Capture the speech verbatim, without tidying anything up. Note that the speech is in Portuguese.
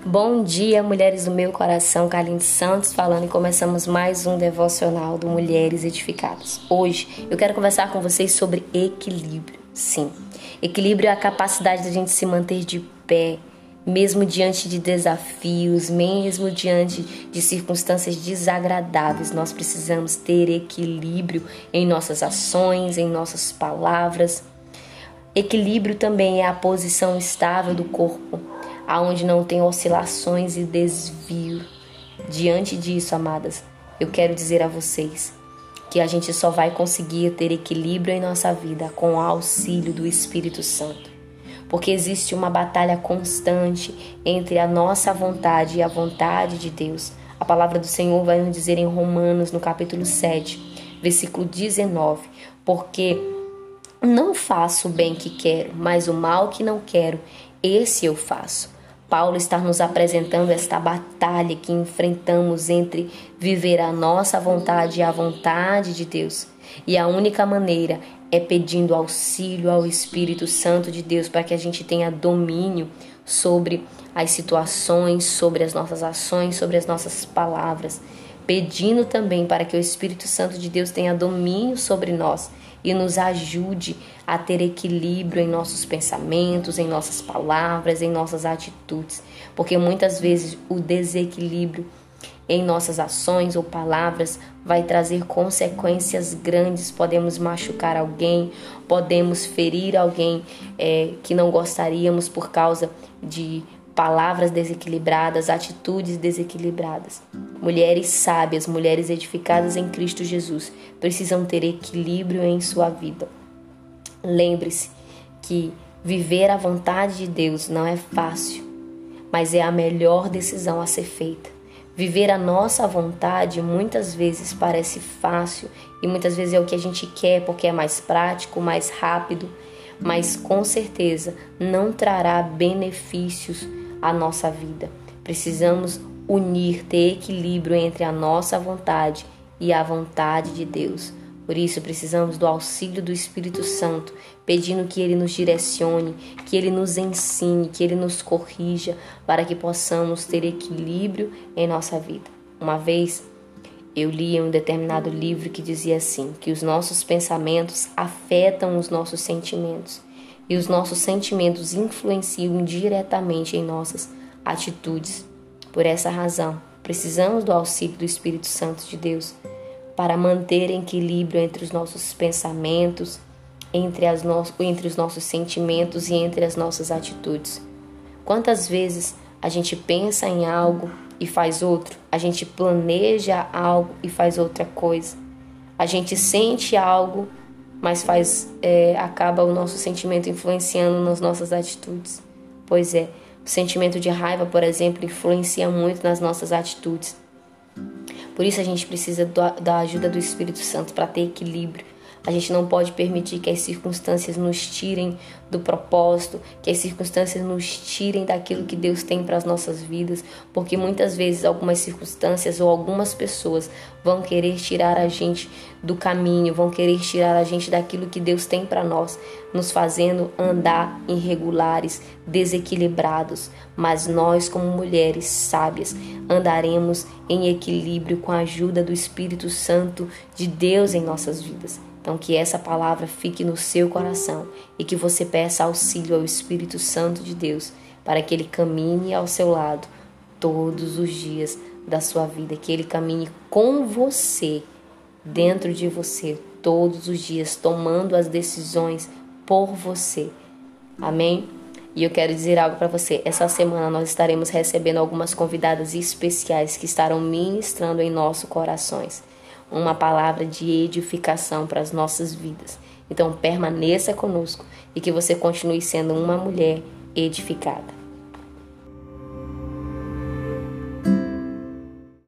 Bom dia, mulheres do meu coração, Carlinhos Santos falando, e começamos mais um devocional do Mulheres Edificadas. Hoje eu quero conversar com vocês sobre equilíbrio. Sim, equilíbrio é a capacidade da gente se manter de pé, mesmo diante de desafios, mesmo diante de circunstâncias desagradáveis. Nós precisamos ter equilíbrio em nossas ações, em nossas palavras. Equilíbrio também é a posição estável do corpo, aonde não tem oscilações e desvio. Diante disso, amadas, eu quero dizer a vocês que a gente só vai conseguir ter equilíbrio em nossa vida com o auxílio do Espírito Santo. Porque existe uma batalha constante entre a nossa vontade e a vontade de Deus. A palavra do Senhor vai nos dizer em Romanos, no capítulo sete, versículo dezenove, porque não faço o bem que quero, mas o mal que não quero, esse eu faço. Paulo está nos apresentando esta batalha que enfrentamos entre viver a nossa vontade e a vontade de Deus. E a única maneira é pedindo auxílio ao Espírito Santo de Deus para que a gente tenha domínio sobre as situações, sobre as nossas ações, sobre as nossas palavras. Pedindo também para que o Espírito Santo de Deus tenha domínio sobre nós e nos ajude a ter equilíbrio em nossos pensamentos, em nossas palavras, em nossas atitudes. Porque muitas vezes o desequilíbrio em nossas ações ou palavras vai trazer consequências grandes. Podemos machucar alguém, podemos ferir alguém é, que não gostaríamos por causa de palavras desequilibradas, atitudes desequilibradas. Mulheres sábias, mulheres edificadas em Cristo Jesus, precisam ter equilíbrio em sua vida. Lembre-se que viver a vontade de Deus não é fácil, mas é a melhor decisão a ser feita. Viver a nossa vontade muitas vezes parece fácil e muitas vezes é o que a gente quer porque é mais prático, mais rápido, mas com certeza não trará benefícios à nossa vida. Precisamos unir, ter equilíbrio entre a nossa vontade e a vontade de Deus. Por isso precisamos do auxílio do Espírito Santo, pedindo que Ele nos direcione, que Ele nos ensine, que Ele nos corrija, para que possamos ter equilíbrio em nossa vida. Uma vez eu li em um determinado livro que dizia assim, que os nossos pensamentos afetam os nossos sentimentos e os nossos sentimentos influenciam diretamente em nossas atitudes. Por essa razão, precisamos do auxílio do Espírito Santo de Deus para manter equilíbrio entre os nossos pensamentos, entre, as no... entre os nossos sentimentos e entre as nossas atitudes. Quantas vezes a gente pensa em algo e faz outro? A gente planeja algo e faz outra coisa. A gente sente algo, mas faz, é, acaba o nosso sentimento influenciando nas nossas atitudes. Pois é, o sentimento de raiva, por exemplo, influencia muito nas nossas atitudes. Por isso a gente precisa da ajuda do Espírito Santo para ter equilíbrio. A gente não pode permitir que as circunstâncias nos tirem do propósito, que as circunstâncias nos tirem daquilo que Deus tem para as nossas vidas, porque muitas vezes algumas circunstâncias ou algumas pessoas vão querer tirar a gente do caminho, vão querer tirar a gente daquilo que Deus tem para nós, nos fazendo andar irregulares, desequilibrados. Mas nós, como mulheres sábias, andaremos em equilíbrio com a ajuda do Espírito Santo de Deus em nossas vidas. Então que essa palavra fique no seu coração e que você peça auxílio ao Espírito Santo de Deus para que Ele caminhe ao seu lado todos os dias da sua vida, que Ele caminhe com você, dentro de você, todos os dias, tomando as decisões por você. Amém? E eu quero dizer algo para você. Essa semana nós estaremos recebendo algumas convidadas especiais que estarão ministrando em nossos corações uma palavra de edificação para as nossas vidas. Então permaneça conosco e que você continue sendo uma mulher edificada.